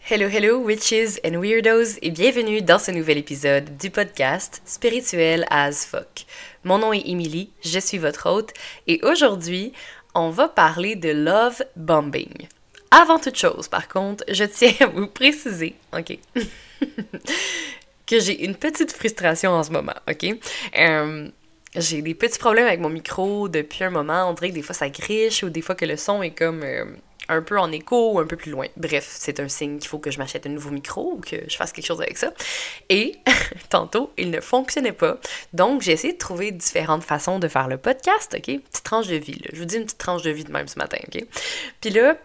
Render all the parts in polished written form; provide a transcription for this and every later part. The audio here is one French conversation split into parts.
Hello, hello, witches and weirdos, et bienvenue dans ce nouvel épisode du podcast Spirituel as fuck. Mon nom est Emily, je suis votre hôte, et aujourd'hui, on va parler de love bombing. Avant toute chose, par contre, je tiens à vous préciser, ok, que j'ai une petite frustration en ce moment, ok? J'ai des petits problèmes avec mon micro depuis un moment, on dirait que des fois ça griche, ou des fois que le son est comme un peu en écho ou un peu plus loin. Bref, c'est un signe qu'il faut que je m'achète un nouveau micro ou que je fasse quelque chose avec ça. Et tantôt, il ne fonctionnait pas. Donc, j'ai essayé de trouver différentes façons de faire le podcast, ok? Petite tranche de vie, là. Je vous dis une petite tranche de vie de même ce matin, ok? Puis là,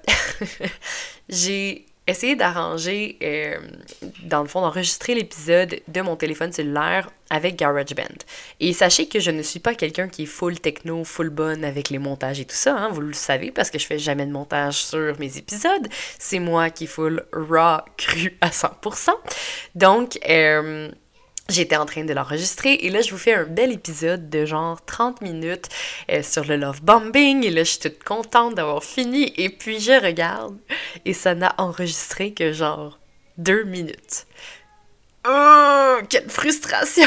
j'ai essayé d'arranger, dans le fond, d'enregistrer l'épisode de mon téléphone cellulaire avec GarageBand. Et sachez que je ne suis pas quelqu'un qui est full techno, full bonne avec les montages et tout ça, hein, vous le savez, parce que je fais jamais de montage sur mes épisodes. C'est moi qui est full raw, cru à 100%. Donc, j'étais en train de l'enregistrer et là, je vous fais un bel épisode de genre 30 minutes sur le love bombing et là, je suis toute contente d'avoir fini et puis je regarde et ça n'a enregistré que genre 2 minutes. Oh, quelle frustration!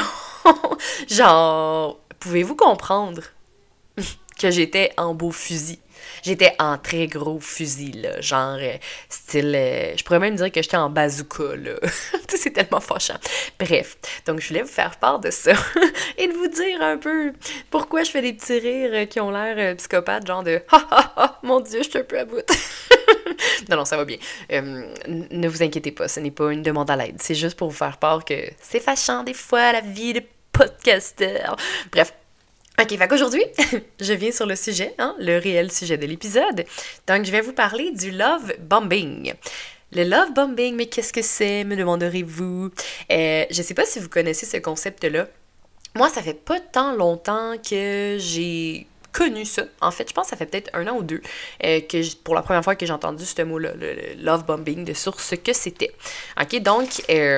Genre, pouvez-vous comprendre que j'étais en beau fusil? J'étais en très gros fusil, là, genre, style, je pourrais même dire que j'étais en bazooka, là. Tu sais, c'est tellement fâchant. Bref, donc je voulais vous faire part de ça et de vous dire un peu pourquoi je fais des petits rires qui ont l'air psychopathes, genre de « Ha ha ha, mon Dieu, je suis un peu à bout! » Non, ça va bien. Ne vous inquiétez pas, ce n'est pas une demande à l'aide. C'est juste pour vous faire part que c'est fâchant des fois, la vie de podcasteur. Bref. Ok, fait qu'aujourd'hui, je viens sur le sujet, hein, le réel sujet de l'épisode. Donc, je vais vous parler du love bombing. Le love bombing, mais qu'est-ce que c'est, me demanderez-vous? Je sais pas si vous connaissez ce concept-là. Moi, ça fait pas tant longtemps que j'ai connu ça. En fait, je pense que ça fait peut-être 1 an ou 2 pour la première fois que j'ai entendu ce mot-là, le love bombing, sur ce que c'était. Ok, donc...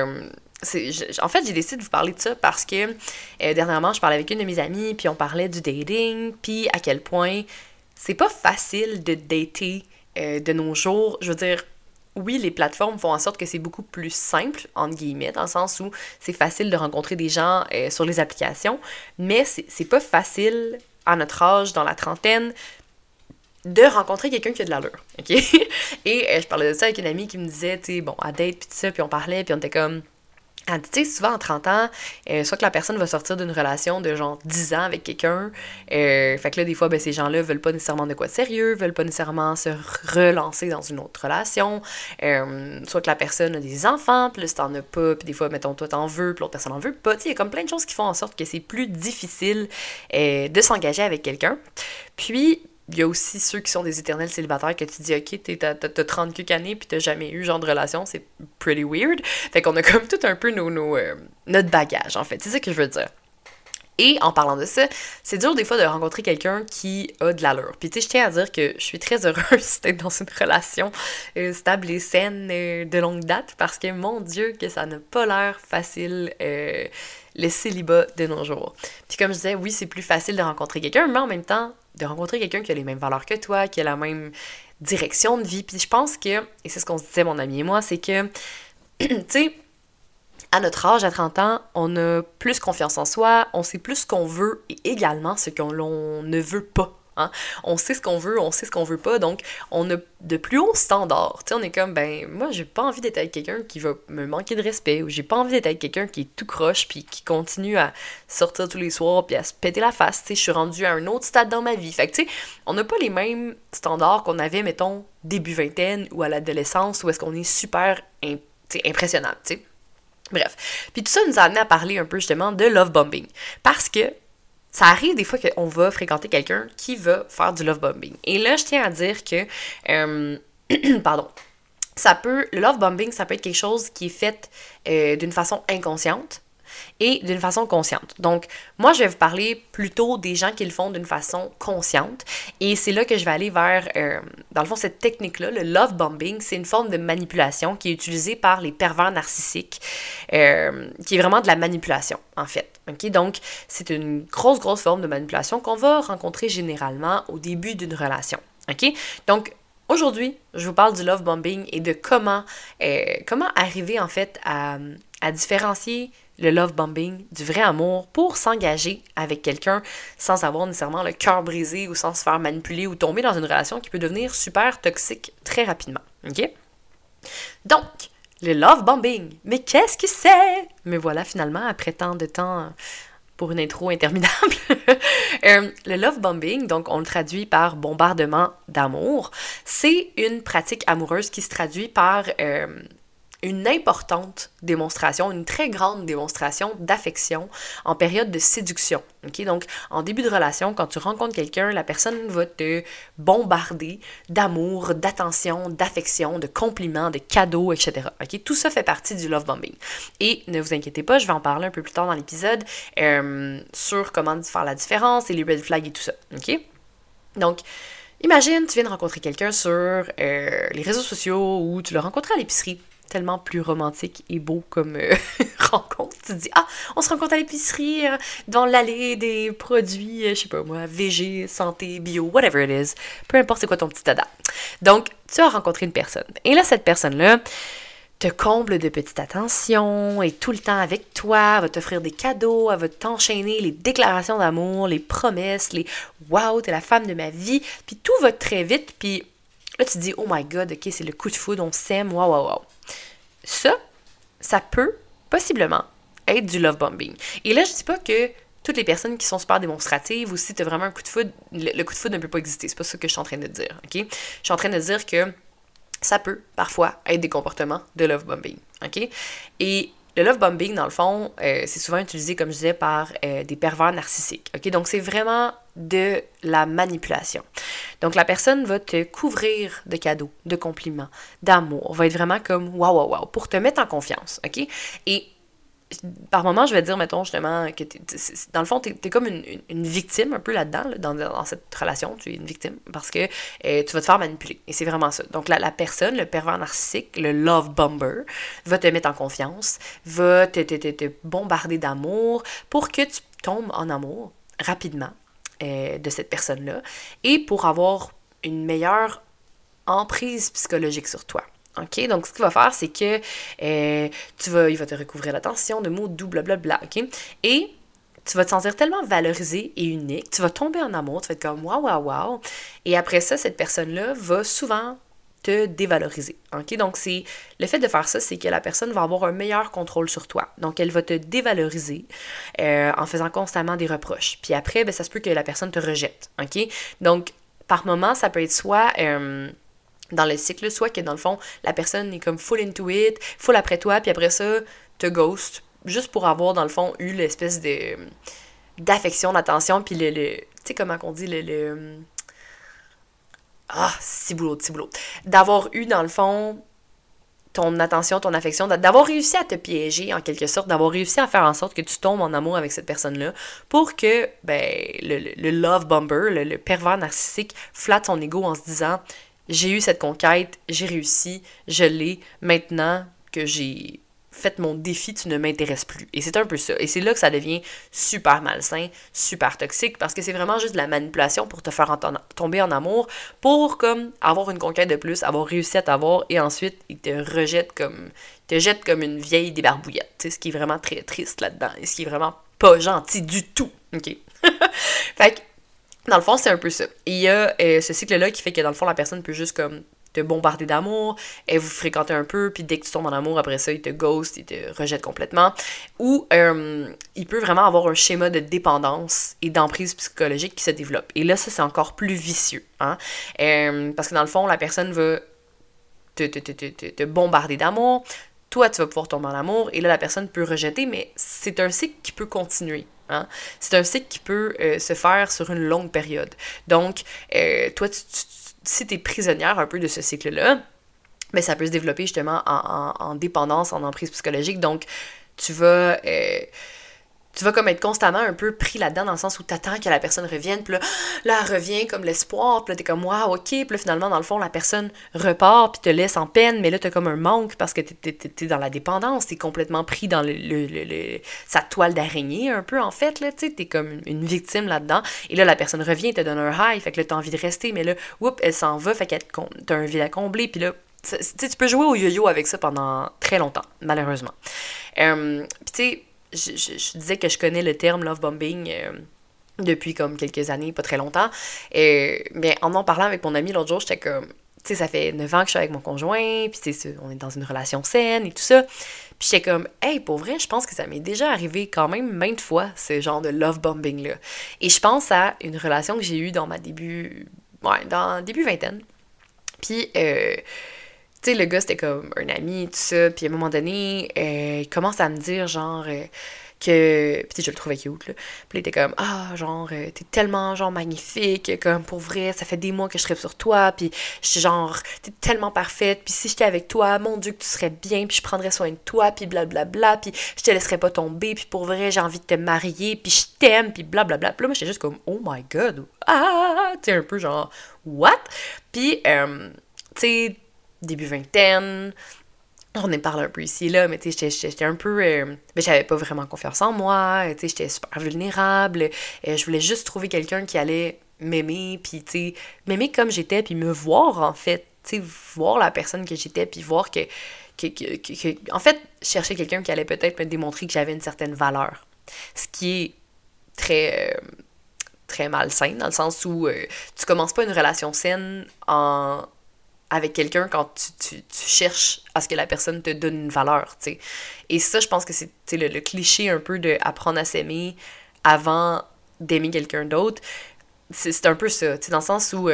en fait, j'ai décidé de vous parler de ça parce que dernièrement, je parlais avec une de mes amies, puis on parlait du dating, puis à quel point c'est pas facile de dater de nos jours. Je veux dire, oui, les plateformes font en sorte que c'est beaucoup plus simple, entre guillemets, dans le sens où c'est facile de rencontrer des gens sur les applications, mais c'est pas facile, à notre âge, dans la trentaine, de rencontrer quelqu'un qui a de l'allure, ok? Et je parlais de ça avec une amie qui me disait, tu sais, bon, à date, puis tout ça, puis on parlait, puis on était comme... Tu sais, souvent, en 30 ans, soit que la personne va sortir d'une relation de genre 10 ans avec quelqu'un, fait que là, des fois, ben, ces gens-là veulent pas nécessairement de quoi de sérieux, veulent pas nécessairement se relancer dans une autre relation, soit que la personne a des enfants, puis là, si t'en as pas, puis des fois, mettons, toi, t'en veux, puis l'autre personne en veut pas, tu sais, il y a comme plein de choses qui font en sorte que c'est plus difficile de s'engager avec quelqu'un. Puis... il y a aussi ceux qui sont des éternels célibataires que tu dis, ok, t'as 30 quelques années puis t'as jamais eu genre de relation, c'est pretty weird. Fait qu'on a comme tout un peu notre bagage, en fait. C'est ça que je veux dire. Et en parlant de ça, c'est dur des fois de rencontrer quelqu'un qui a de l'allure. Puis tu sais, je tiens à dire que je suis très heureuse d'être dans une relation stable et saine de longue date parce que, mon Dieu, que ça n'a pas l'air facile le célibat de nos jours. Puis comme je disais, oui, c'est plus facile de rencontrer quelqu'un, mais en même temps, de rencontrer quelqu'un qui a les mêmes valeurs que toi, qui a la même direction de vie. Puis je pense que, et c'est ce qu'on se disait mon ami et moi, c'est que, tu sais, à notre âge, à 30 ans, on a plus confiance en soi, on sait plus ce qu'on veut et également ce qu'on ne veut pas. Hein? On sait ce qu'on veut, on sait ce qu'on veut pas, donc on a de plus hauts standards. Tu sais, on est comme, ben, moi, j'ai pas envie d'être avec quelqu'un qui va me manquer de respect, ou j'ai pas envie d'être avec quelqu'un qui est tout croche, puis qui continue à sortir tous les soirs, puis à se péter la face. Tu sais, je suis rendue à un autre stade dans ma vie. Fait que, tu sais, on n'a pas les mêmes standards qu'on avait, mettons, début vingtaine ou à l'adolescence, où est-ce qu'on est super impressionnable, tu sais. Bref. Puis tout ça nous a amené à parler un peu justement de love bombing. Parce que ça arrive des fois qu'on va fréquenter quelqu'un qui va faire du love bombing. Et là, je tiens à dire que... pardon. Le love bombing, ça peut être quelque chose qui est fait d'une façon inconsciente et d'une façon consciente. Donc, moi, je vais vous parler plutôt des gens qui le font d'une façon consciente. Et c'est là que je vais aller vers, dans le fond, cette technique-là, le love bombing, c'est une forme de manipulation qui est utilisée par les pervers narcissiques, qui est vraiment de la manipulation, en fait. Okay? Donc, c'est une grosse forme de manipulation qu'on va rencontrer généralement au début d'une relation. Okay? Donc, Aujourd'hui, je vous parle du love bombing et de comment arriver en fait à différencier le love bombing du vrai amour pour s'engager avec quelqu'un sans avoir nécessairement le cœur brisé ou sans se faire manipuler ou tomber dans une relation qui peut devenir super toxique très rapidement. OK? Donc, le love bombing. Mais qu'est-ce que c'est? Me voilà finalement après tant de temps pour une intro interminable. Le love bombing, donc on le traduit par bombardement d'amour, c'est une pratique amoureuse qui se traduit par une importante démonstration, une très grande démonstration d'affection en période de séduction. Okay? Donc, en début de relation, quand tu rencontres quelqu'un, la personne va te bombarder d'amour, d'attention, d'affection, de compliments, de cadeaux, etc. Okay? Tout ça fait partie du love bombing. Et ne vous inquiétez pas, je vais en parler un peu plus tard dans l'épisode sur comment faire la différence et les red flags et tout ça. Okay? Donc, imagine, tu viens de rencontrer quelqu'un sur les réseaux sociaux ou tu l'as rencontré à l'épicerie. Tellement plus romantique et beau comme rencontre. Tu te dis, on se rencontre à l'épicerie, dans l'allée des produits, je sais pas moi, VG, santé, bio, whatever it is. Peu importe c'est quoi ton petit dada. Donc, tu as rencontré une personne. Et là, cette personne-là te comble de petites attentions, est tout le temps avec toi, elle va t'offrir des cadeaux, elle va t'enchaîner les déclarations d'amour, les promesses, les « wow, t'es la femme de ma vie », puis tout va très vite, puis là, tu te dis « oh my god, ok, c'est le coup de foudre, on s'aime, wow, wow, wow ». Ça peut possiblement être du love bombing. Et là, je dis pas que toutes les personnes qui sont super démonstratives ou si tu as vraiment un coup de foudre, le coup de foudre ne peut pas exister. C'est pas ça que je suis en train de dire, ok? Je suis en train de dire que ça peut parfois être des comportements de love bombing, ok? Et le love bombing, dans le fond, c'est souvent utilisé, comme je disais, par des pervers narcissiques, ok? Donc, c'est vraiment de la manipulation. Donc, la personne va te couvrir de cadeaux, de compliments, d'amour, va être vraiment comme « wow, wow, wow » pour te mettre en confiance, ok? Et par moments, je vais dire, mettons, justement, que dans le fond, t'es comme une victime un peu là-dedans, là, dans cette relation, tu es une victime, parce que tu vas te faire manipuler. Et c'est vraiment ça. Donc, la personne, le pervers narcissique, le love bomber, va te mettre en confiance, va te bombarder d'amour pour que tu tombes en amour rapidement de cette personne-là et pour avoir une meilleure emprise psychologique sur toi. OK? Donc, ce qu'il va faire, c'est que il va te recouvrir l'attention de mots doux, blablabla, OK? Et tu vas te sentir tellement valorisé et unique, tu vas tomber en amour, tu vas être comme « wow, wow, wow ». Et après ça, cette personne-là va souvent te dévaloriser, OK? Donc, le fait de faire ça, c'est que la personne va avoir un meilleur contrôle sur toi. Donc, elle va te dévaloriser en faisant constamment des reproches. Puis après, ben, ça se peut que la personne te rejette, OK? Donc, par moment, ça peut être soit dans le cycle, soit que dans le fond, la personne est comme full into it, full après toi, puis après ça, te ghost, juste pour avoir, dans le fond, eu l'espèce d'affection, d'attention, puis tu sais comment qu'on dit, ciboulot. D'avoir eu, dans le fond, ton attention, ton affection, d'avoir réussi à te piéger, en quelque sorte, d'avoir réussi à faire en sorte que tu tombes en amour avec cette personne-là, pour que, le love bomber, le pervers narcissique, flatte son ego en se disant « j'ai eu cette conquête, j'ai réussi, je l'ai, maintenant que j'ai fait mon défi, tu ne m'intéresses plus. » Et c'est un peu ça. Et c'est là que ça devient super malsain, super toxique, parce que c'est vraiment juste de la manipulation pour te faire tomber en amour, pour comme avoir une conquête de plus, avoir réussi à t'avoir, et ensuite, il te jette comme une vieille débarbouillette. Tu sais, ce qui est vraiment très triste là-dedans, et ce qui est vraiment pas gentil du tout. OK? Fait que, dans le fond, c'est un peu ça. Et il y a ce cycle-là qui fait que, dans le fond, la personne peut juste comme te bombarder d'amour, et vous fréquentez un peu, puis dès que tu tombes en amour, après ça, il te ghost, il te rejette complètement. Ou il peut vraiment avoir un schéma de dépendance et d'emprise psychologique qui se développe. Et là, ça, c'est encore plus vicieux. Hein? Parce que, dans le fond, la personne va te bombarder d'amour, toi, tu vas pouvoir tomber en amour, et là, la personne peut rejeter, mais c'est un cycle qui peut continuer. Hein? C'est un cycle qui peut se faire sur une longue période. Donc, toi, si tu es prisonnière un peu de ce cycle-là, ben, ça peut se développer justement en dépendance, en emprise psychologique. Donc, tu vas tu vas comme être constamment un peu pris là-dedans dans le sens où t'attends que la personne revienne, puis là, elle revient comme l'espoir, puis là, t'es comme, waouh, ok, puis là, finalement, dans le fond, la personne repart, puis te laisse en peine, mais là, t'as comme un manque parce que t'es dans la dépendance, t'es complètement pris dans sa toile d'araignée, un peu, en fait, là, tu sais, t'es comme une victime là-dedans, et là, la personne revient, te donne un high, fait que là, t'as envie de rester, mais là, oups, elle s'en va, fait que t'as un vide à combler, puis là, tu peux jouer au yo-yo avec ça pendant très longtemps, malheureusement. Puis tu sais, je disais que je connais le terme love bombing depuis comme quelques années, pas très longtemps. Mais en parlant avec mon ami l'autre jour, j'étais comme, tu sais, ça fait 9 ans que je suis avec mon conjoint, puis tu sais, on est dans une relation saine et tout ça. Puis j'étais comme, hey, pour vrai, je pense que ça m'est déjà arrivé quand même maintes fois, ce genre de love bombing-là. Et je pense à une relation que j'ai eue dans dans début vingtaine. Puis, tu sais, le gars, c'était comme un ami, tout ça, puis à un moment donné, il commence à me dire, genre, que... Puis tu sais, je le trouvais cute, là. Puis il était comme, ah, genre, t'es tellement, genre, magnifique, comme, pour vrai, ça fait des mois que je serais sur toi, puis genre, t'es tellement parfaite, puis si j'étais avec toi, mon Dieu, que tu serais bien, puis je prendrais soin de toi, puis blablabla, puis je te laisserais pas tomber, puis pour vrai, j'ai envie de te marier, puis je t'aime, puis blablabla. Puis là, moi, j'étais juste comme, oh my God, ah, tu sais, un peu genre, what? Puis, tu sais, début vingtaine, on en parle un peu ici et là, mais tu sais, j'étais un peu... mais j'avais pas vraiment confiance en moi, tu sais, j'étais super vulnérable, je voulais juste trouver quelqu'un qui allait m'aimer, puis tu sais, m'aimer comme j'étais, puis me voir, en fait, tu sais, voir la personne que j'étais, puis voir en fait, chercher quelqu'un qui allait peut-être me démontrer que j'avais une certaine valeur. Ce qui est très malsain, dans le sens où tu commences pas une relation saine avec quelqu'un quand tu cherches à ce que la personne te donne une valeur, tu sais. Et ça, je pense que c'est le cliché un peu de apprendre à s'aimer avant d'aimer quelqu'un d'autre. C'est un peu ça, tu sais, dans le sens où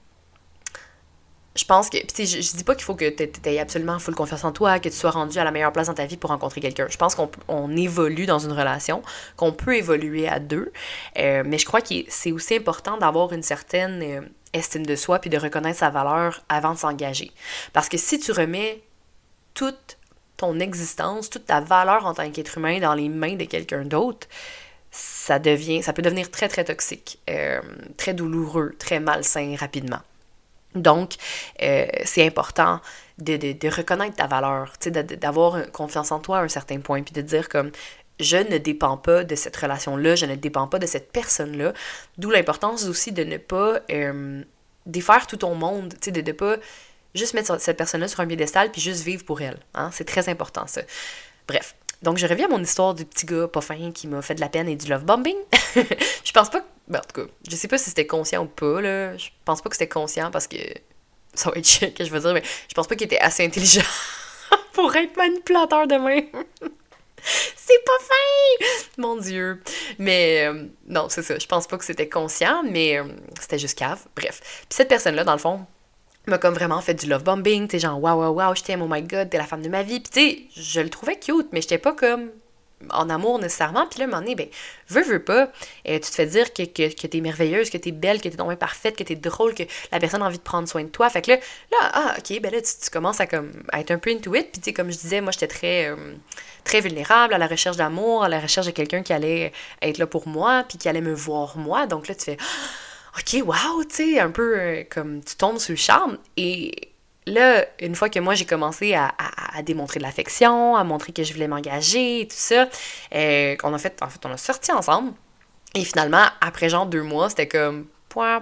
je pense que... Puis je dis pas qu'il faut que t'aies absolument full confiance en toi, que tu sois rendu à la meilleure place dans ta vie pour rencontrer quelqu'un. Je pense qu'on évolue dans une relation, qu'on peut évoluer à deux, mais je crois que c'est aussi important d'avoir une certaine estime de soi puis de reconnaître sa valeur avant de s'engager. Parce que si tu remets toute ton existence, toute ta valeur en tant qu'être humain dans les mains de quelqu'un d'autre, ça peut devenir très, très toxique, très douloureux, très malsain rapidement. Donc, c'est important de reconnaître ta valeur, d'avoir confiance en toi à un certain point, puis de dire comme, je ne dépends pas de cette relation-là, je ne dépends pas de cette personne-là, d'où l'importance aussi de ne pas défaire tout ton monde, de ne pas juste mettre cette personne-là sur un piédestal puis juste vivre pour elle. Hein? C'est très important, ça. Bref. Donc, je reviens à mon histoire du petit gars pas fin qui m'a fait de la peine et du love bombing. Je pense pas que... Ben, en tout cas, je sais pas si c'était conscient ou pas, là. Je pense pas que c'était conscient parce que... Ça va être chiant que je veux dire, mais je pense pas qu'il était assez intelligent pour être manipulateur de même. C'est pas fin! Mon Dieu. Mais non, c'est ça. Je pense pas que c'était conscient, mais c'était juste cave. Bref. Puis cette personne-là, dans le fond, m'a comme vraiment fait du love bombing, tu sais, genre waouh, je t'aime, oh my god, t'es la femme de ma vie. Puis tu sais, je le trouvais cute, mais j'étais pas comme en amour nécessairement. Puis là, à un moment donné, ben, veux pas, tu te fais dire que t'es merveilleuse, que t'es belle, que t'es donc parfaite, que t'es drôle, que la personne a envie de prendre soin de toi. Fait que là, ok, ben là, tu commences à être un peu into it. Puis tu sais, comme je disais, moi, j'étais très vulnérable, à la recherche d'amour, à la recherche de quelqu'un qui allait être là pour moi, puis qui allait me voir moi. Donc là, tu fais... OK, wow, tu sais, un peu comme tu tombes sur le charme. Et là, une fois que moi, j'ai commencé à démontrer de l'affection, à montrer que je voulais m'engager et tout ça, en fait, on a sorti ensemble. Et finalement, après genre 2 mois, c'était comme... Point,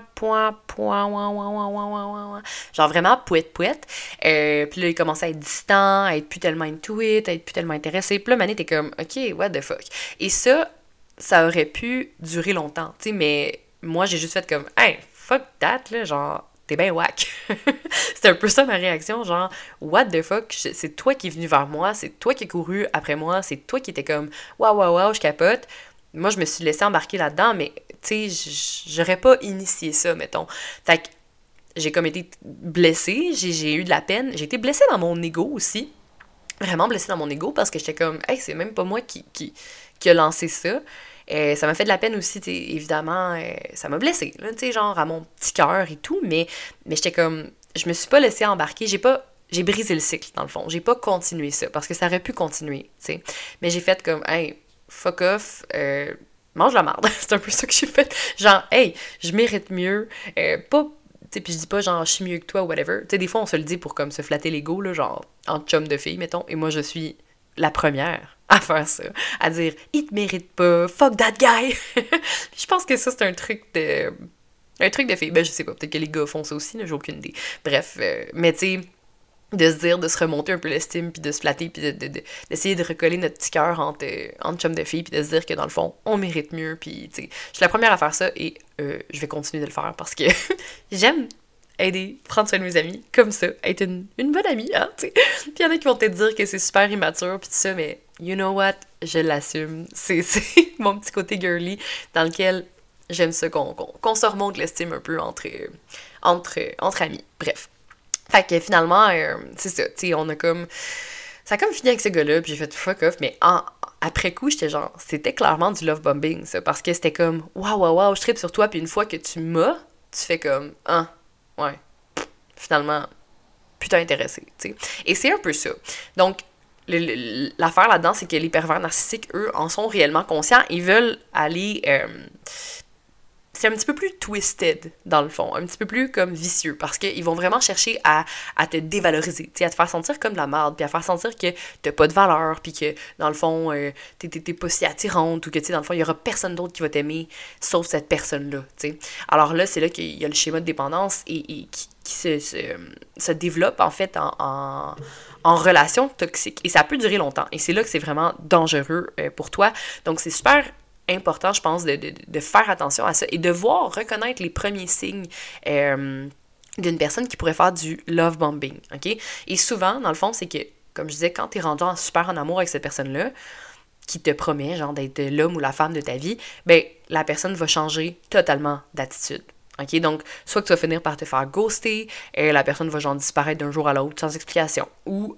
genre vraiment pouette. Puis là, il commençait à être distant, à être plus tellement into it, à être plus tellement intéressé. Puis là, Mané, t'es comme, OK, what the fuck. Et ça aurait pu durer longtemps, tu sais, mais... Moi, j'ai juste fait comme, hey, fuck that, là, genre, t'es ben whack. C'était un peu ça ma réaction, genre, what the fuck, c'est toi qui es venu vers moi, c'est toi qui es couru après moi, c'est toi qui étais comme, waouh, je capote. Moi, je me suis laissée embarquer là-dedans, mais, tu sais, j'aurais pas initié ça, mettons. Fait que j'ai comme été blessée, j'ai eu de la peine, j'ai été blessée dans mon ego aussi, vraiment blessée dans mon ego, parce que j'étais comme, hey, c'est même pas moi qui a lancé ça. Ça m'a fait de la peine aussi, évidemment, ça m'a blessée, tu sais, genre à mon petit cœur et tout, mais j'étais comme, je me suis pas laissée embarquer, j'ai brisé le cycle, dans le fond, j'ai pas continué ça, parce que ça aurait pu continuer, tu sais, mais j'ai fait comme, hey, fuck off, mange la marde. C'est un peu ça que j'ai fait. Genre, hey, je mérite mieux, pas... Tu sais, puis je dis pas genre je suis mieux que toi ou whatever. Tu sais, des fois on se le dit pour comme se flatter l'ego, là, genre en chum de fille, mettons. Et moi je suis la première à faire ça. À dire il te mérite pas, fuck that guy. Je pense que ça c'est un truc de. Un truc de fille. Ben je sais pas, peut-être que les gars font ça aussi, là, j'ai aucune idée. Bref, mais tu sais, de se dire, de se remonter un peu l'estime, puis de se flatter, puis d'essayer de recoller notre petit cœur entre chum de filles, puis de se dire que dans le fond, on mérite mieux, puis tu sais, je suis la première à faire ça, et je vais continuer de le faire, parce que j'aime aider, prendre soin de mes amis, comme ça, être une bonne amie, hein, tu sais. Puis il y en a qui vont peut-être dire que c'est super immature, puis tout ça, mais you know what, je l'assume, c'est mon petit côté girly, dans lequel j'aime ça, qu'on se remonte l'estime un peu entre amis, bref. Fait que finalement, c'est ça, tu sais, on a comme... Ça a comme fini avec ce gars-là, puis j'ai fait fuck off, mais après coup, j'étais genre, c'était clairement du love bombing, ça, parce que c'était comme, waouh, je trippe sur toi, puis une fois que tu m'as, tu fais comme, ouais, finalement, putain intéressé, tu sais. Et c'est un peu ça. Donc, l'affaire là-dedans, c'est que les pervers narcissiques, eux, en sont réellement conscients, ils veulent aller... c'est un petit peu plus twisted, dans le fond, un petit peu plus comme vicieux, parce qu'ils vont vraiment chercher à te dévaloriser, tu sais, à te faire sentir comme de la merde, puis à faire sentir que t'as pas de valeur, puis que, dans le fond, t'es pas si attirante, ou que, tu sais, dans le fond, il y aura personne d'autre qui va t'aimer, sauf cette personne-là, tu sais. Alors là, c'est là qu'il y a le schéma de dépendance, et qui se développe, en fait, en relation toxique, et ça peut durer longtemps, et c'est là que c'est vraiment dangereux pour toi, donc c'est super important, je pense, de faire attention à ça et de reconnaître les premiers signes d'une personne qui pourrait faire du love bombing, ok? Et souvent, dans le fond, c'est que, comme je disais, quand t'es rendu super en amour avec cette personne-là, qui te promet, genre, d'être l'homme ou la femme de ta vie, ben, la personne va changer totalement d'attitude. OK? Donc, soit que tu vas finir par te faire ghoster, la personne va, genre, disparaître d'un jour à l'autre sans explication, ou,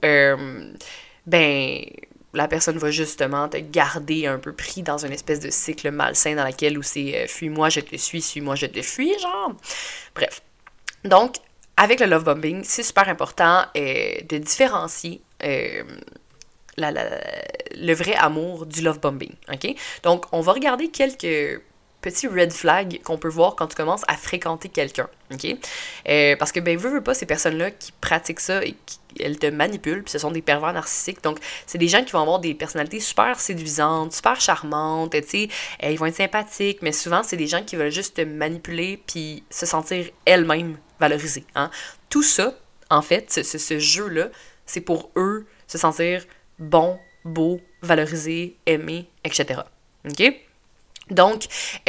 la personne va justement te garder un peu pris dans une espèce de cycle malsain dans lequel où c'est fuis-moi, je te suis-moi, je te fuis, genre. Bref. Donc, avec le love bombing, c'est super important de différencier le vrai amour du love bombing, ok? Donc, on va regarder quelques petits red flags qu'on peut voir quand tu commences à fréquenter quelqu'un, ok? Parce que, veux pas, ces personnes-là qui pratiquent ça et elles te manipulent, puis ce sont des pervers narcissiques, donc c'est des gens qui vont avoir des personnalités super séduisantes, super charmantes, tu sais, ils vont être sympathiques, mais souvent, c'est des gens qui veulent juste te manipuler puis se sentir elles-mêmes valorisées, hein? Tout ça, en fait, ce jeu-là, c'est pour eux se sentir bon, beau, valorisé, aimé, etc. OK? Donc,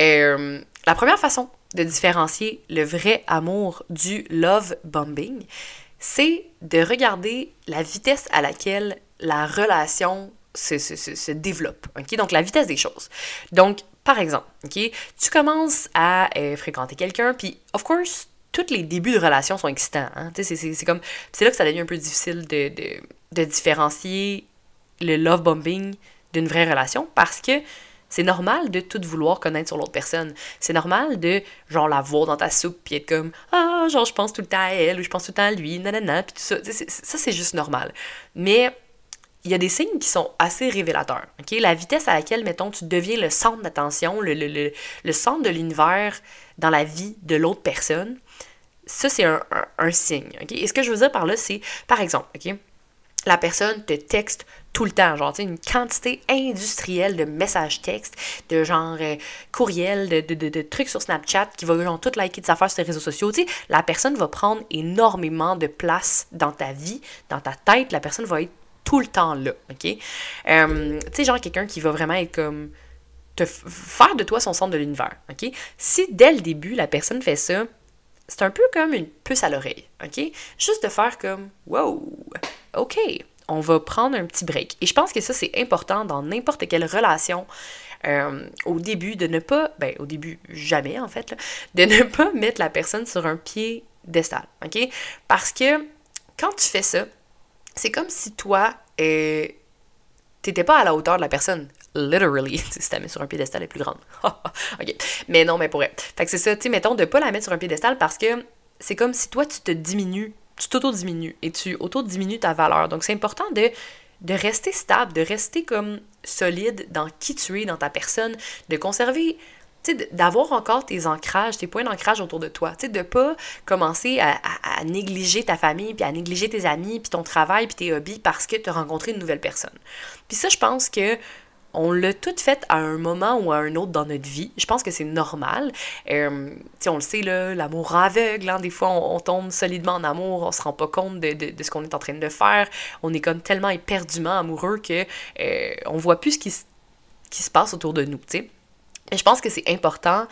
la première façon de différencier le vrai amour du love bombing, c'est de regarder la vitesse à laquelle la relation se développe. Okay? Donc, la vitesse des choses. Donc, par exemple, okay, tu commences à fréquenter quelqu'un, puis, of course, tous les débuts de relation sont excitants. Hein? C'est comme, c'est là que ça devient un peu difficile de différencier le love bombing d'une vraie relation, parce que c'est normal de tout vouloir connaître sur l'autre personne. C'est normal de, genre, la voir dans ta soupe pis être comme « Ah, genre, je pense tout le temps à elle » ou « Je pense tout le temps à lui », nanana, pis tout ça. Ça, c'est juste normal. Mais il y a des signes qui sont assez révélateurs. Okay? La vitesse à laquelle, mettons, tu deviens le centre d'attention, le centre de l'univers dans la vie de l'autre personne, ça, c'est un signe. Okay? Et ce que je veux dire par là, c'est, par exemple, okay, la personne te texte tout le temps, genre, tu sais, une quantité industrielle de messages textes, de genre courriels, de trucs sur Snapchat qui va genre tout liker de affaires sur les réseaux sociaux, tu sais, la personne va prendre énormément de place dans ta vie, dans ta tête, la personne va être tout le temps là, ok? Tu sais, genre quelqu'un qui va vraiment être comme faire de toi son centre de l'univers, ok? Si dès le début, la personne fait ça, c'est un peu comme une puce à l'oreille, ok? Juste de faire comme, wow, ok, on va prendre un petit break. Et je pense que ça, c'est important dans n'importe quelle relation, au début, de ne pas, au début, jamais en fait, là, de ne pas mettre la personne sur un piédestal, ok? Parce que quand tu fais ça, c'est comme si toi, t'étais pas à la hauteur de la personne. Literally. Si t'as mis sur un piédestal, elle est plus grande. OK. Mais non, mais pour elle. Fait que c'est ça, tu sais, mettons, de pas la mettre sur un piédestal parce que c'est comme si toi, tu te diminues, tu t'auto-diminues et tu auto-diminues ta valeur. Donc, c'est important de rester stable, de rester comme solide dans qui tu es, dans ta personne, de conserver, tu sais, d'avoir encore tes ancrages, tes points d'ancrage autour de toi, tu sais, de pas commencer à négliger ta famille, puis à négliger tes amis, puis ton travail, puis tes hobbies parce que tu as rencontré une nouvelle personne. Puis ça, je pense que on l'a tout fait à un moment ou à un autre dans notre vie. Je pense que c'est normal. On le sait, là, l'amour aveugle. Hein, des fois, on tombe solidement en amour, on se rend pas compte de ce qu'on est en train de faire. On est comme tellement éperdument amoureux que on voit plus qui se passe autour de nous. T'sais. Et je pense que c'est important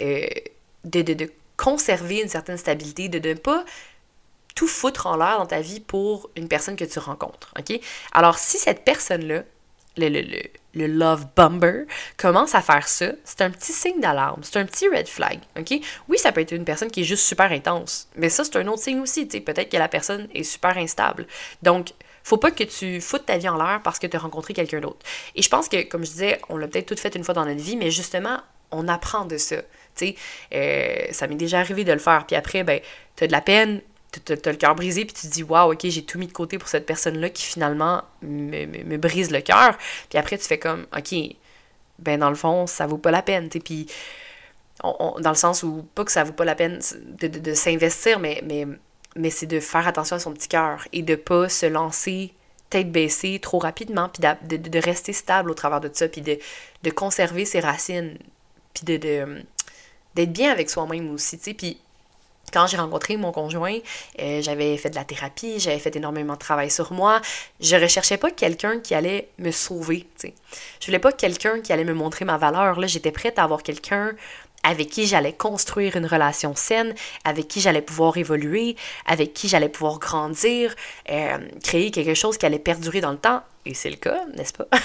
de conserver une certaine stabilité, de ne pas tout foutre en l'air dans ta vie pour une personne que tu rencontres. OK? Alors, si cette personne-là, le love bomber, commence à faire ça, c'est un petit signe d'alarme, c'est un petit red flag, OK? Oui, ça peut être une personne qui est juste super intense, mais ça, c'est un autre signe aussi, tu sais, peut-être que la personne est super instable. Donc, faut pas que tu foutes ta vie en l'air parce que tu as rencontré quelqu'un d'autre. Et je pense que, comme je disais, on l'a peut-être tout fait une fois dans notre vie, mais justement, on apprend de ça, tu sais. Ça m'est déjà arrivé de le faire, puis après, ben, t'as de la peine, t'as le cœur brisé, puis tu te dis, waouh, ok, j'ai tout mis de côté pour cette personne-là qui finalement me brise le cœur. Puis après, tu fais comme, ok, ben dans le fond, ça vaut pas la peine, tu sais. Puis, dans le sens où, pas que ça vaut pas la peine de s'investir, mais c'est de faire attention à son petit cœur et de pas se lancer tête baissée trop rapidement, puis de rester stable au travers de ça, puis de conserver ses racines, puis d'être bien avec soi-même aussi, tu sais. Puis, quand j'ai rencontré mon conjoint, j'avais fait de la thérapie, j'avais fait énormément de travail sur moi. Je recherchais pas quelqu'un qui allait me sauver, tu sais. Je voulais pas quelqu'un qui allait me montrer ma valeur. Là, j'étais prête à avoir quelqu'un avec qui j'allais construire une relation saine, avec qui j'allais pouvoir évoluer, avec qui j'allais pouvoir grandir, créer quelque chose qui allait perdurer dans le temps. Et c'est le cas, n'est-ce pas?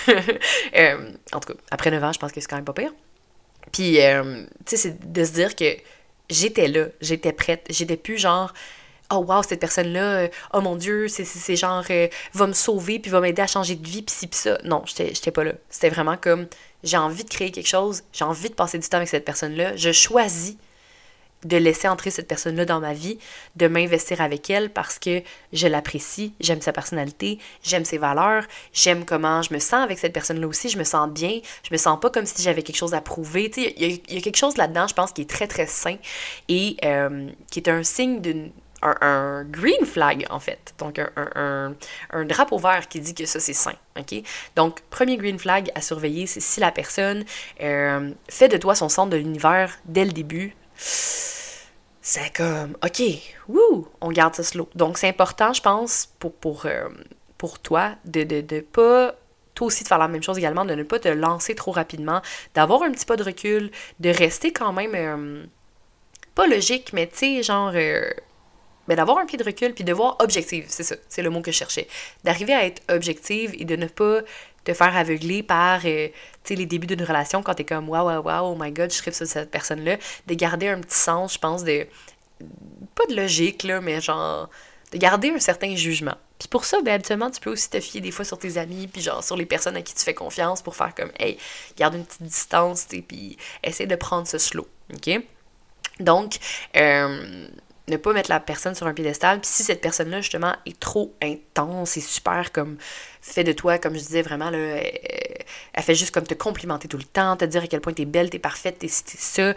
En tout cas, après 9 ans, je pense que c'est quand même pas pire. Puis, tu sais, c'est de se dire que j'étais là, j'étais prête, j'étais plus genre oh wow, cette personne-là, oh mon Dieu, c'est genre va me sauver puis va m'aider à changer de vie puis ci puis ça. Non, j'étais pas là. C'était vraiment comme j'ai envie de créer quelque chose, j'ai envie de passer du temps avec cette personne-là, je choisis de laisser entrer cette personne-là dans ma vie, de m'investir avec elle parce que je l'apprécie, j'aime sa personnalité, j'aime ses valeurs, j'aime comment je me sens avec cette personne-là aussi, je me sens bien, je me sens pas comme si j'avais quelque chose à prouver. Tu sais, il y a quelque chose là-dedans, je pense, qui est très, très sain et qui est un signe un green flag, en fait. Donc, un drapeau vert qui dit que ça, c'est sain, OK? Donc, premier green flag à surveiller, c'est si la personne fait de toi son centre de l'univers dès le début. C'est comme, OK, wouh, on garde ça slow. Donc, c'est important, je pense, pour toi, de pas, toi aussi, de faire la même chose également, de ne pas te lancer trop rapidement, d'avoir un petit pas de recul, de rester quand même, pas logique, mais tu sais, genre, mais d'avoir un pied de recul, puis de voir objective, c'est ça, c'est le mot que je cherchais. D'arriver à être objective et de ne pas te faire aveugler par, tu sais, les débuts d'une relation quand t'es comme, waouh, oh my god, je tripe sur cette personne-là. De garder un petit sens, je pense, pas de logique, là, mais genre, de garder un certain jugement. Puis pour ça, ben, habituellement, tu peux aussi te fier des fois sur tes amis, puis genre, sur les personnes à qui tu fais confiance pour faire comme, hey, garde une petite distance, tu sais, puis essaie de prendre ce slow, OK? Donc, ne pas mettre la personne sur un piédestal. Puis si cette personne-là, justement, est trop intense et super, comme, fait de toi, comme je disais, vraiment, là, elle fait juste comme te complimenter tout le temps, te dire à quel point t'es belle, t'es parfaite, t'es ça.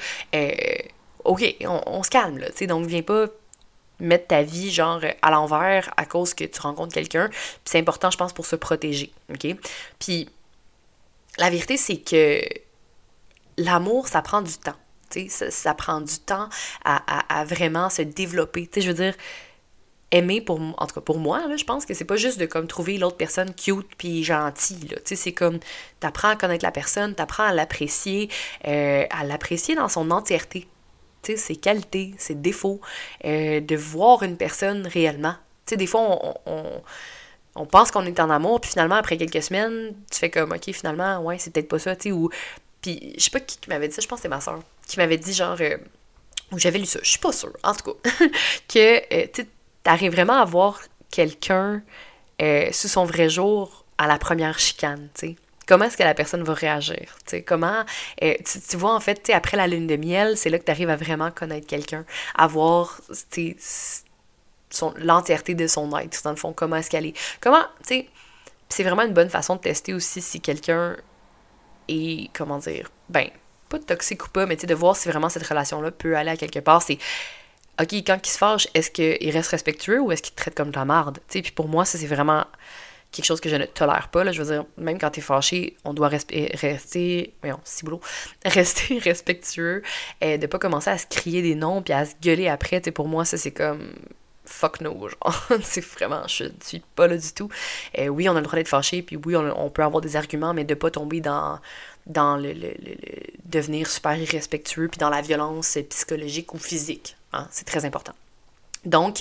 OK, on se calme, là, tu sais, donc viens pas mettre ta vie, genre, à l'envers à cause que tu rencontres quelqu'un. Puis c'est important, je pense, pour se protéger, OK? Puis la vérité, c'est que l'amour, ça prend du temps. Ça prend du temps à vraiment se développer. Je veux dire, aimer, en tout cas pour moi, là, je pense que c'est pas juste de comme trouver l'autre personne cute puis gentille. Là. C'est comme, t'apprends à connaître la personne, t'apprends à l'apprécier dans son entièreté. Ses qualités, ses défauts, de voir une personne réellement. Des fois, on pense qu'on est en amour, puis finalement, après quelques semaines, tu fais comme, OK, finalement, ouais, c'est peut-être pas ça, ou... Puis, je sais pas qui m'avait dit ça, je pense que c'était ma soeur, qui m'avait dit genre, ou j'avais lu ça, je suis pas sûre, en tout cas, que, tu t'arrives vraiment à voir quelqu'un sous son vrai jour à la première chicane, tu sais. Comment est-ce que la personne va réagir, tu sais, comment, tu vois, en fait, tu sais, après la lune de miel, c'est là que t'arrives à vraiment connaître quelqu'un, à voir, tu sais, l'entièreté de son être, dans le fond, comment est-ce qu'elle est. Comment, tu sais, Puis c'est vraiment une bonne façon de tester aussi si quelqu'un est, comment dire, ben, pas toxique ou pas, mais tu sais, de voir si vraiment cette relation-là peut aller à quelque part. C'est, OK, quand il se fâche, est-ce qu'il reste respectueux ou est-ce qu'il te traite comme de la marde? Tu sais, puis pour moi, ça, c'est vraiment quelque chose que je ne tolère pas, là. Je veux dire, même quand t'es fâché, on doit rester, voyons, ciboulot, rester respectueux, de pas commencer à se crier des noms puis à se gueuler après. Tu sais, pour moi, ça, c'est comme fuck no, genre. C'est vraiment, je suis pas là du tout. Oui, on a le droit d'être fâché, puis oui, on peut avoir des arguments, mais de pas tomber dans le devenir super irrespectueux, puis dans la violence psychologique ou physique. Hein? C'est très important. Donc,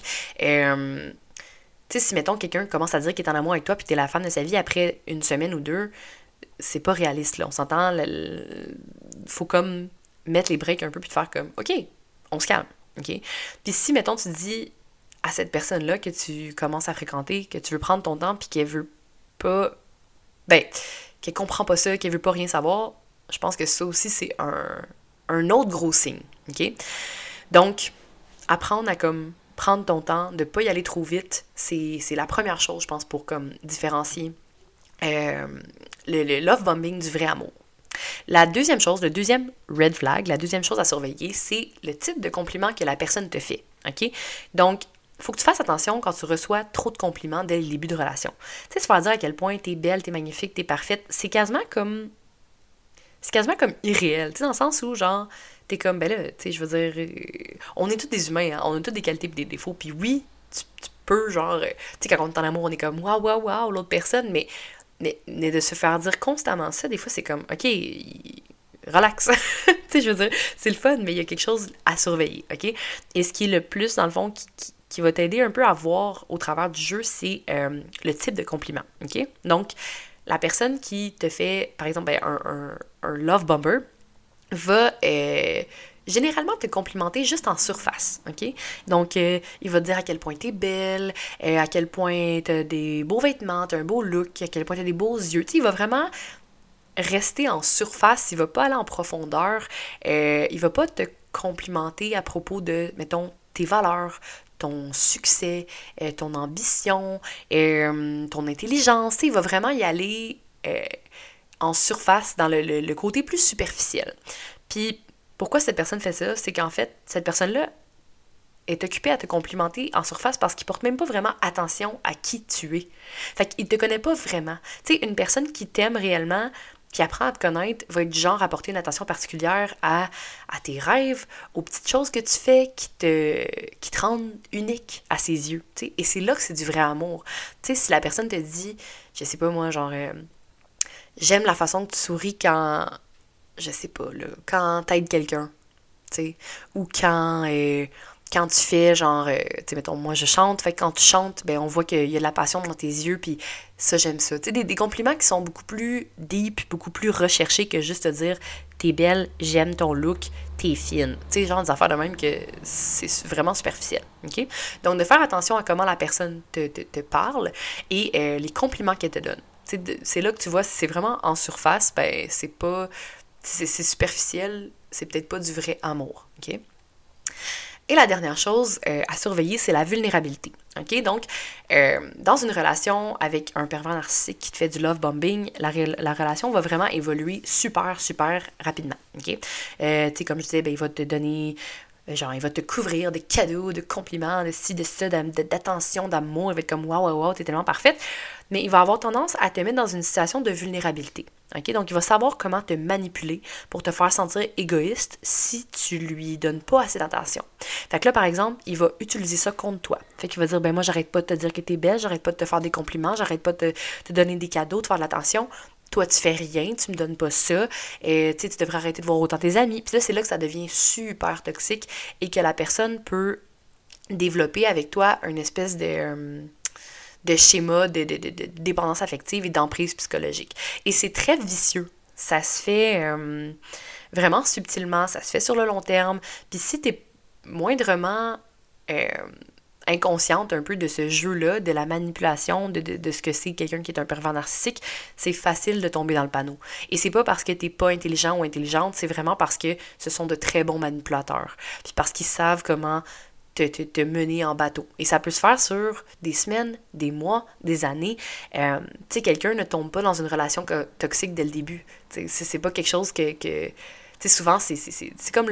tu sais, si, mettons, quelqu'un commence à dire qu'il est en amour avec toi, puis t'es la femme de sa vie après une semaine ou deux, c'est pas réaliste, là. On s'entend, faut comme mettre les breaks un peu, puis te faire comme, OK, on se calme, OK? Puis si, mettons, tu dis à cette personne-là que tu commences à fréquenter, que tu veux prendre ton temps, puis qu'elle veut pas, ben, qu'elle comprend pas ça, qu'elle veut pas rien savoir, je pense que ça aussi, c'est un autre gros signe, OK? Donc, apprendre à comme prendre ton temps, de pas y aller trop vite, c'est la première chose, je pense, pour comme différencier le love bombing du vrai amour. La deuxième chose, le deuxième red flag, la deuxième chose à surveiller, c'est le type de compliment que la personne te fait, OK? Donc, il faut que tu fasses attention quand tu reçois trop de compliments dès le début de relation. Tu sais, se faire dire à quel point t'es belle, t'es magnifique, t'es parfaite, c'est quasiment comme irréel, tu sais, dans le sens où, genre, t'es comme, ben là, tu sais, je veux dire, on est tous des humains, hein, on a tous des qualités et des défauts, puis oui, tu peux, genre, tu sais, quand on est en amour, on est comme, waouh, waouh, waouh, l'autre personne, mais de se faire dire constamment ça, des fois, c'est comme, OK, relax, tu sais, je veux dire, c'est le fun, mais il y a quelque chose à surveiller, OK? Et ce qui est le plus, dans le fond, qui va t'aider un peu à voir au travers du jeu, c'est le type de compliment, OK? Donc, la personne qui te fait, par exemple, ben, un love bomber va généralement te complimenter juste en surface, OK? Donc, il va te dire à quel point t'es belle, à quel point t'as des beaux vêtements, t'as un beau look, à quel point t'as des beaux yeux. Tu sais, il va vraiment rester en surface, il va pas aller en profondeur, il va pas te complimenter à propos de, mettons, tes valeurs, ton succès, ton ambition, ton intelligence. Tu sais, il va vraiment y aller en surface, dans le côté plus superficiel. Puis, pourquoi cette personne fait ça? C'est qu'en fait, cette personne-là est occupée à te complimenter en surface parce qu'il porte même pas vraiment attention à qui tu es. Fait qu'il te connaît pas vraiment. Tu sais, une personne qui t'aime réellement, qui apprend à te connaître, va être du genre à porter une attention particulière à tes rêves, aux petites choses que tu fais qui te rendent unique à ses yeux. Tu sais. Et c'est là que c'est du vrai amour. Tu sais, si la personne te dit, je sais pas moi, genre, j'aime la façon que tu souris quand, je sais pas, là, quand t'aides quelqu'un, tu sais, ou quand tu fais, genre, tu sais, mettons, moi je chante, fait que quand tu chantes, ben on voit qu'il y a de la passion dans tes yeux, puis ça, j'aime ça. Tu sais, des compliments qui sont beaucoup plus deep, beaucoup plus recherchés que juste te dire, t'es belle, j'aime ton look, t'es fine. Tu sais, genre des affaires de même que c'est vraiment superficiel, ok? Donc, de faire attention à comment la personne te parle et les compliments qu'elle te donne. C'est là que tu vois, si c'est vraiment en surface, ben c'est pas... c'est superficiel, c'est peut-être pas du vrai amour, ok? Et la dernière chose à surveiller, c'est la vulnérabilité. OK? Donc, dans une relation avec un pervers narcissique qui te fait du love bombing, la relation va vraiment évoluer super, super rapidement. OK? Tu sais, comme je disais, ben, il va te donner... Genre, il va te couvrir de cadeaux, de compliments, de ci, de ça, d'attention, d'amour. Il va être comme waouh, waouh, waouh, t'es tellement parfaite. Mais il va avoir tendance à te mettre dans une situation de vulnérabilité. Okay? Donc, il va savoir comment te manipuler pour te faire sentir égoïste si tu lui donnes pas assez d'attention. Fait que là, par exemple, il va utiliser ça contre toi. Fait qu'il va dire, ben moi, j'arrête pas de te dire que t'es belle, j'arrête pas de te faire des compliments, j'arrête pas de te donner des cadeaux, de faire de l'attention. Toi, tu fais rien, tu me donnes pas ça, et tu devrais arrêter de voir autant tes amis. Puis là, c'est là que ça devient super toxique et que la personne peut développer avec toi une espèce de schéma de dépendance affective et d'emprise psychologique. Et c'est très vicieux. Ça se fait vraiment subtilement, ça se fait sur le long terme. Puis si t'es moindrement inconsciente un peu de ce jeu-là, de la manipulation, de ce que c'est quelqu'un qui est un pervers narcissique, c'est facile de tomber dans le panneau. Et c'est pas parce que t'es pas intelligent ou intelligente, c'est vraiment parce que ce sont de très bons manipulateurs. Puis parce qu'ils savent comment te mener en bateau. Et ça peut se faire sur des semaines, des mois, des années. Tu sais, quelqu'un ne tombe pas dans une relation toxique dès le début. Tu sais, c'est pas quelque chose que tu sais, souvent, c'est comme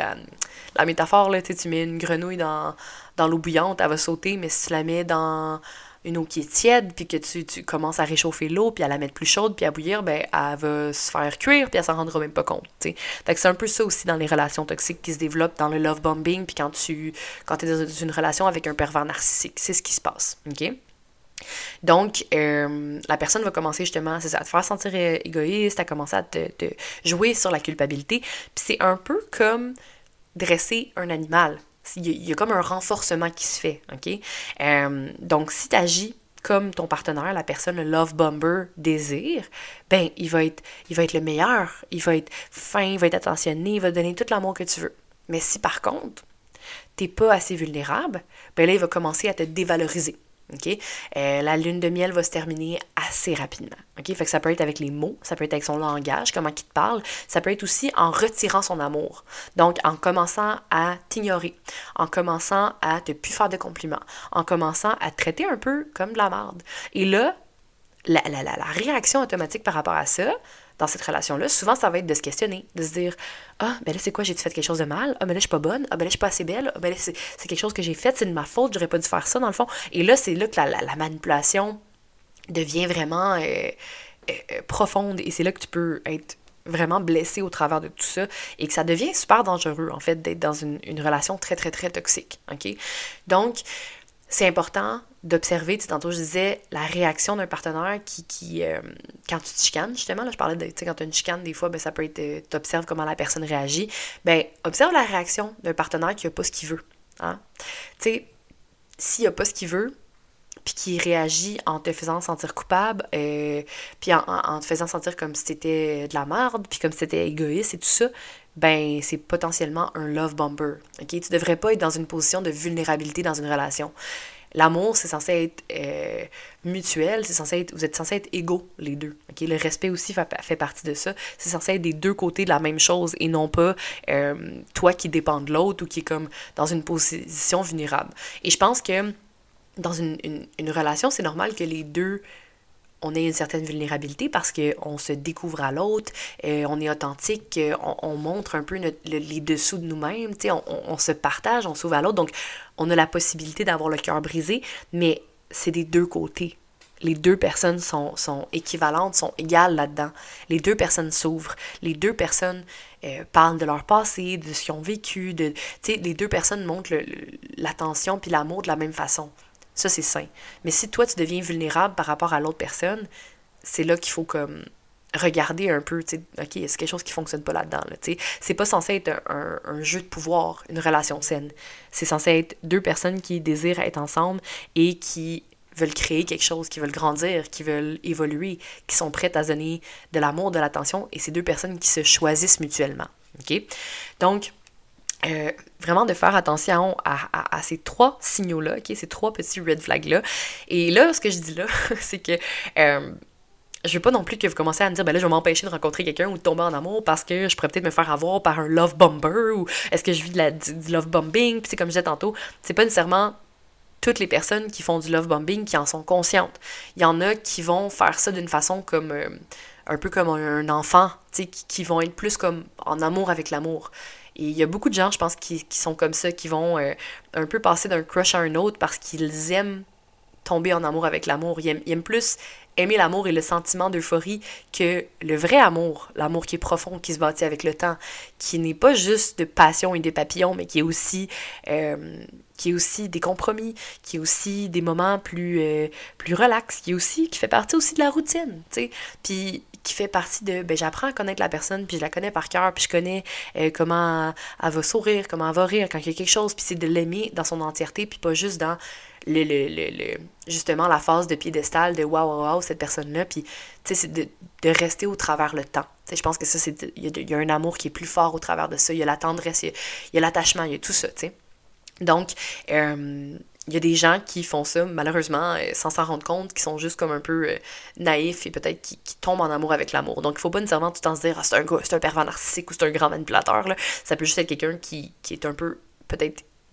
la métaphore, là, tu sais, tu mets une grenouille dans l'eau bouillante, elle va sauter, mais si tu la mets dans une eau qui est tiède, puis que tu commences à réchauffer l'eau, puis à la mettre plus chaude, puis à bouillir, ben elle va se faire cuire, puis elle s'en rendra même pas compte, tu sais. Fait que c'est un peu ça aussi dans les relations toxiques qui se développent dans le love bombing, puis quand t'es dans une relation avec un pervers narcissique, c'est ce qui se passe, ok? Donc, la personne va commencer justement, c'est ça, à te faire sentir égoïste, à commencer à te jouer sur la culpabilité, puis c'est un peu comme dresser un animal. Il y a comme un renforcement qui se fait, ok? Donc, si tu agis comme ton partenaire, la personne, le love bomber, désire, ben, il va être le meilleur, il va être fin, il va être attentionné, il va te donner tout l'amour que tu veux. Mais si par contre, t'es pas assez vulnérable, ben là, il va commencer à te dévaloriser. OK? La lune de miel va se terminer assez rapidement. OK? Fait que ça peut être avec les mots, ça peut être avec son langage, comment il te parle, ça peut être aussi en retirant son amour. Donc, en commençant à t'ignorer, en commençant à te plus faire de compliments, en commençant à te traiter un peu comme de la merde. Et là, la réaction automatique par rapport à ça, dans cette relation-là, souvent, ça va être de se questionner, de se dire « Ah, ben là, c'est quoi, j'ai fait quelque chose de mal? Ah, ben là, je suis pas bonne. Ah, ben là, je suis pas assez belle. Ah, ben là, c'est quelque chose que j'ai fait, c'est de ma faute, j'aurais pas dû faire ça, dans le fond. » Et là, c'est là que la manipulation devient vraiment profonde et c'est là que tu peux être vraiment blessé au travers de tout ça et que ça devient super dangereux, en fait, d'être dans une relation très, très, très toxique, OK? Donc, c'est important d'observer, tu sais, tantôt je disais, la réaction d'un partenaire qui quand tu te chicanes, justement, là, je parlais de, tu sais, quand tu as une chicane, des fois, ben, ça peut être, tu observes comment la personne réagit, ben, observe la réaction d'un partenaire qui n'a pas ce qu'il veut, hein? Tu sais, s'il n'a pas ce qu'il veut, puis qui réagit en te faisant sentir coupable, puis en te faisant sentir comme si t'étais de la merde, puis comme si t'étais égoïste et tout ça, ben c'est potentiellement un love bomber, ok? Tu devrais pas être dans une position de vulnérabilité dans une relation. L'amour, c'est censé être mutuel, c'est censé être, vous êtes censés être égaux, les deux, ok? Le respect aussi fait partie de ça. C'est censé être des deux côtés de la même chose et non pas toi qui dépends de l'autre ou qui est comme dans une position vulnérable. Et je pense que dans une relation, c'est normal que les deux, on ait une certaine vulnérabilité parce qu'on se découvre à l'autre, on est authentique, on montre un peu les dessous de nous-mêmes, on se partage, on s'ouvre à l'autre, donc on a la possibilité d'avoir le cœur brisé, mais c'est des deux côtés. Les deux personnes sont équivalentes, sont égales là-dedans. Les deux personnes s'ouvrent. Les deux personnes parlent de leur passé, de ce qu'ils ont vécu. Les deux personnes montrent l'attention puis l'amour de la même façon. Ça, c'est sain. Mais si toi, tu deviens vulnérable par rapport à l'autre personne, c'est là qu'il faut comme regarder un peu, tu sais, OK, c'est quelque chose qui fonctionne pas là-dedans, là, tu sais. C'est pas censé être un jeu de pouvoir, une relation saine. C'est censé être deux personnes qui désirent être ensemble et qui veulent créer quelque chose, qui veulent grandir, qui veulent évoluer, qui sont prêtes à donner de l'amour, de l'attention, et c'est deux personnes qui se choisissent mutuellement, OK? Donc, vraiment de faire attention à ces trois signaux-là, okay? Ces trois petits red flags-là. Et là, ce que je dis là, c'est que je veux pas non plus que vous commencez à me dire, ben là, je vais m'empêcher de rencontrer quelqu'un ou de tomber en amour parce que je pourrais peut-être me faire avoir par un love bomber ou est-ce que je vis du love bombing. Puis c'est comme je disais tantôt, c'est pas nécessairement toutes les personnes qui font du love bombing qui en sont conscientes. Il y en a qui vont faire ça d'une façon comme un peu comme un enfant, tu sais, qui vont être plus comme en amour avec l'amour. Et il y a beaucoup de gens, je pense, qui sont comme ça, qui vont un peu passer d'un crush à un autre parce qu'ils aiment tomber en amour avec l'amour. Ils aiment plus aimer l'amour et le sentiment d'euphorie que le vrai amour, l'amour qui est profond, qui se bâtit avec le temps, qui n'est pas juste de passion et des papillons, mais qui est aussi des compromis, qui est aussi des moments plus relax, qui fait partie aussi de la routine, tu sais. Puis qui fait partie de, ben j'apprends à connaître la personne, puis je la connais par cœur, puis je connais comment elle va sourire, comment elle va rire quand il y a quelque chose, puis c'est de l'aimer dans son entièreté, puis pas juste dans justement la phase de piédestal de waouh, cette personne-là, puis tu sais, c'est de rester au travers le temps. Tu sais, je pense que ça, il y a un amour qui est plus fort au travers de ça, il y a la tendresse, il y a l'attachement, il y a tout ça, tu sais. Donc, il y a des gens qui font ça, malheureusement, sans s'en rendre compte, qui sont juste comme un peu naïfs et peut-être qui tombent en amour avec l'amour. Donc, il faut pas nécessairement tout le temps se dire « Ah, c'est un pervers narcissique ou c'est un grand manipulateur. » là. Ça peut juste être quelqu'un qui est un peu, peut-être,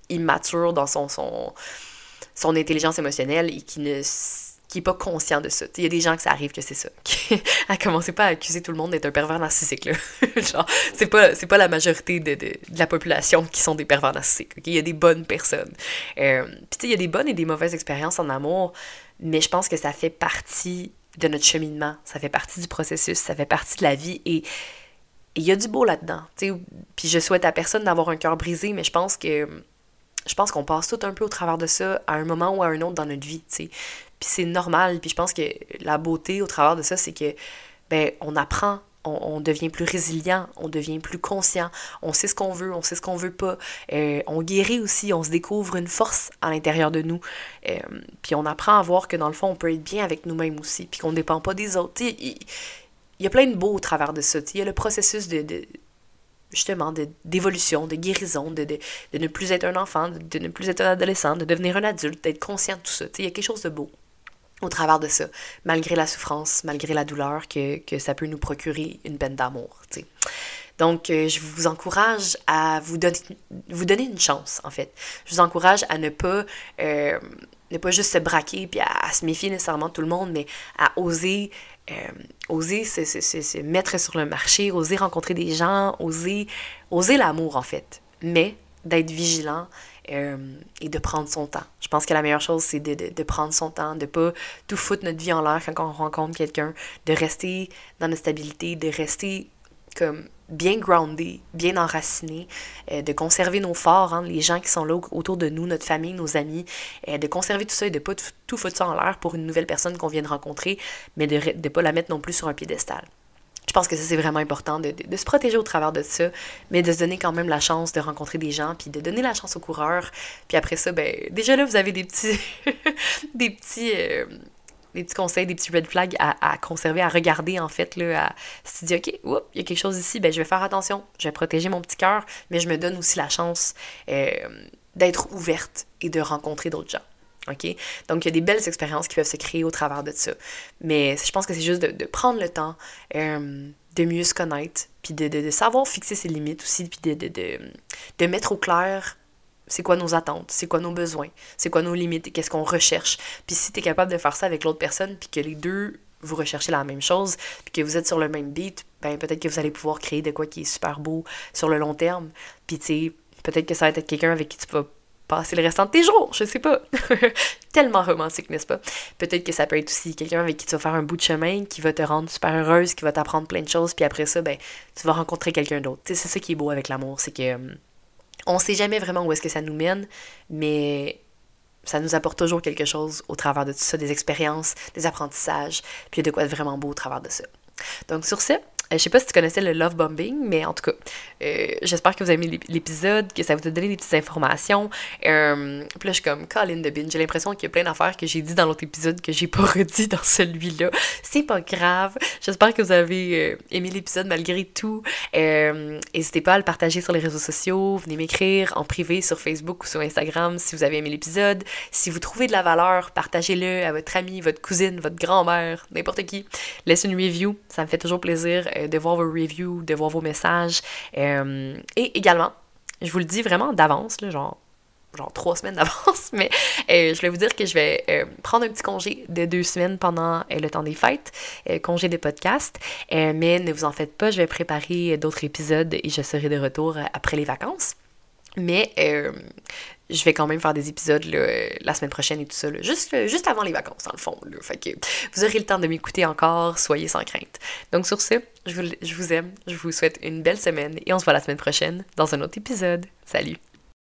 immature dans son intelligence émotionnelle et qui est pas conscient de ça. Il y a des gens que ça arrive que c'est ça. Commencez pas à accuser tout le monde d'être un pervers narcissique, là. Genre, c'est pas la majorité de la population qui sont des pervers narcissiques. Okay? Il y a des bonnes personnes. Puis tu sais, il y a des bonnes et des mauvaises expériences en amour, mais je pense que ça fait partie de notre cheminement, ça fait partie du processus, ça fait partie de la vie, et il y a du beau là-dedans. Tu sais, puis je souhaite à personne d'avoir un cœur brisé, mais je pense qu'on passe tout un peu au travers de ça à un moment ou à un autre dans notre vie, tu sais. Puis c'est normal, puis je pense que la beauté au travers de ça, c'est que, ben, on apprend, on devient plus résilient, on devient plus conscient, on sait ce qu'on veut, on sait ce qu'on veut pas, on guérit aussi, on se découvre une force à l'intérieur de nous, puis on apprend à voir que dans le fond, on peut être bien avec nous-mêmes aussi, puis qu'on ne dépend pas des autres. Il y a plein de beau au travers de ça, il y a le processus justement, d'évolution, de guérison, de ne plus être un enfant, de ne plus être un adolescent, de devenir un adulte, d'être conscient de tout ça. Il y a quelque chose de beau au travers de ça, malgré la souffrance, malgré la douleur que ça peut nous procurer une peine d'amour, t'sais. Donc, je vous encourage à vous donner une chance, en fait. Je vous encourage à ne pas juste se braquer puis à se méfier nécessairement de tout le monde, mais à oser se mettre sur le marché, oser rencontrer des gens, oser l'amour, en fait. Mais d'être vigilant et de prendre son temps. Je pense que la meilleure chose, c'est de prendre son temps, de pas tout foutre notre vie en l'air quand on rencontre quelqu'un, de rester dans notre stabilité, de rester comme bien groundé, bien enraciné, de conserver nos forts, hein, les gens qui sont là autour de nous, notre famille, nos amis, de conserver tout ça et de pas tout foutre ça en l'air pour une nouvelle personne qu'on vient de rencontrer, mais de pas la mettre non plus sur un piédestal. Je pense que ça, c'est vraiment important de se protéger au travers de ça, mais de se donner quand même la chance de rencontrer des gens, puis de donner la chance aux coureurs. Puis après ça, ben déjà là, vous avez des petits des petits conseils, des petits red flags à conserver, à regarder en fait, là, si tu dis, OK, il y a quelque chose ici, ben je vais faire attention, je vais protéger mon petit cœur, mais je me donne aussi la chance d'être ouverte et de rencontrer d'autres gens. OK? Donc, il y a des belles expériences qui peuvent se créer au travers de ça. Mais je pense que c'est juste de prendre le temps de mieux se connaître, puis de savoir fixer ses limites aussi, puis de mettre au clair c'est quoi nos attentes, c'est quoi nos besoins, c'est quoi nos limites et qu'est-ce qu'on recherche. Puis si tu es capable de faire ça avec l'autre personne, puis que les deux, vous recherchez la même chose, puis que vous êtes sur le même beat, ben peut-être que vous allez pouvoir créer de quoi qui est super beau sur le long terme. Puis tu sais, peut-être que ça va être quelqu'un avec qui tu vas passer le restant de tes jours, je sais pas. Tellement romantique, n'est-ce pas? Peut-être que ça peut être aussi quelqu'un avec qui tu vas faire un bout de chemin, qui va te rendre super heureuse, qui va t'apprendre plein de choses, puis après ça, ben, tu vas rencontrer quelqu'un d'autre. Tu sais, c'est ça qui est beau avec l'amour, c'est que on sait jamais vraiment où est-ce que ça nous mène, mais ça nous apporte toujours quelque chose au travers de tout ça, des expériences, des apprentissages, puis il y a de quoi être vraiment beau au travers de ça. Donc sur ce, je sais pas si tu connaissais le love bombing, mais en tout cas, j'espère que vous avez aimé l'épisode, que ça vous a donné des petites informations. Puis là, je suis comme Colin de Bin. J'ai l'impression qu'il y a plein d'affaires que j'ai dit dans l'autre épisode que j'ai pas redit dans celui-là. C'est pas grave. J'espère que vous avez aimé l'épisode malgré tout. N'hésitez pas à le partager sur les réseaux sociaux. Venez m'écrire en privé sur Facebook ou sur Instagram si vous avez aimé l'épisode. Si vous trouvez de la valeur, partagez-le à votre ami, votre cousine, votre grand-mère, n'importe qui. Laissez une review. Ça me fait toujours plaisir de voir vos reviews, de voir vos messages. Et également, je vous le dis vraiment d'avance, là, genre 3 semaines d'avance, mais je voulais vous dire que je vais prendre un petit congé de 2 semaines pendant le temps des fêtes, congé de podcast, mais ne vous en faites pas, je vais préparer d'autres épisodes et je serai de retour après les vacances. Mais je vais quand même faire des épisodes là, la semaine prochaine et tout ça, là, juste avant les vacances, dans le fond. Là. Fait que vous aurez le temps de m'écouter encore, soyez sans crainte. Donc sur ce, je vous aime, je vous souhaite une belle semaine et on se voit la semaine prochaine dans un autre épisode. Salut!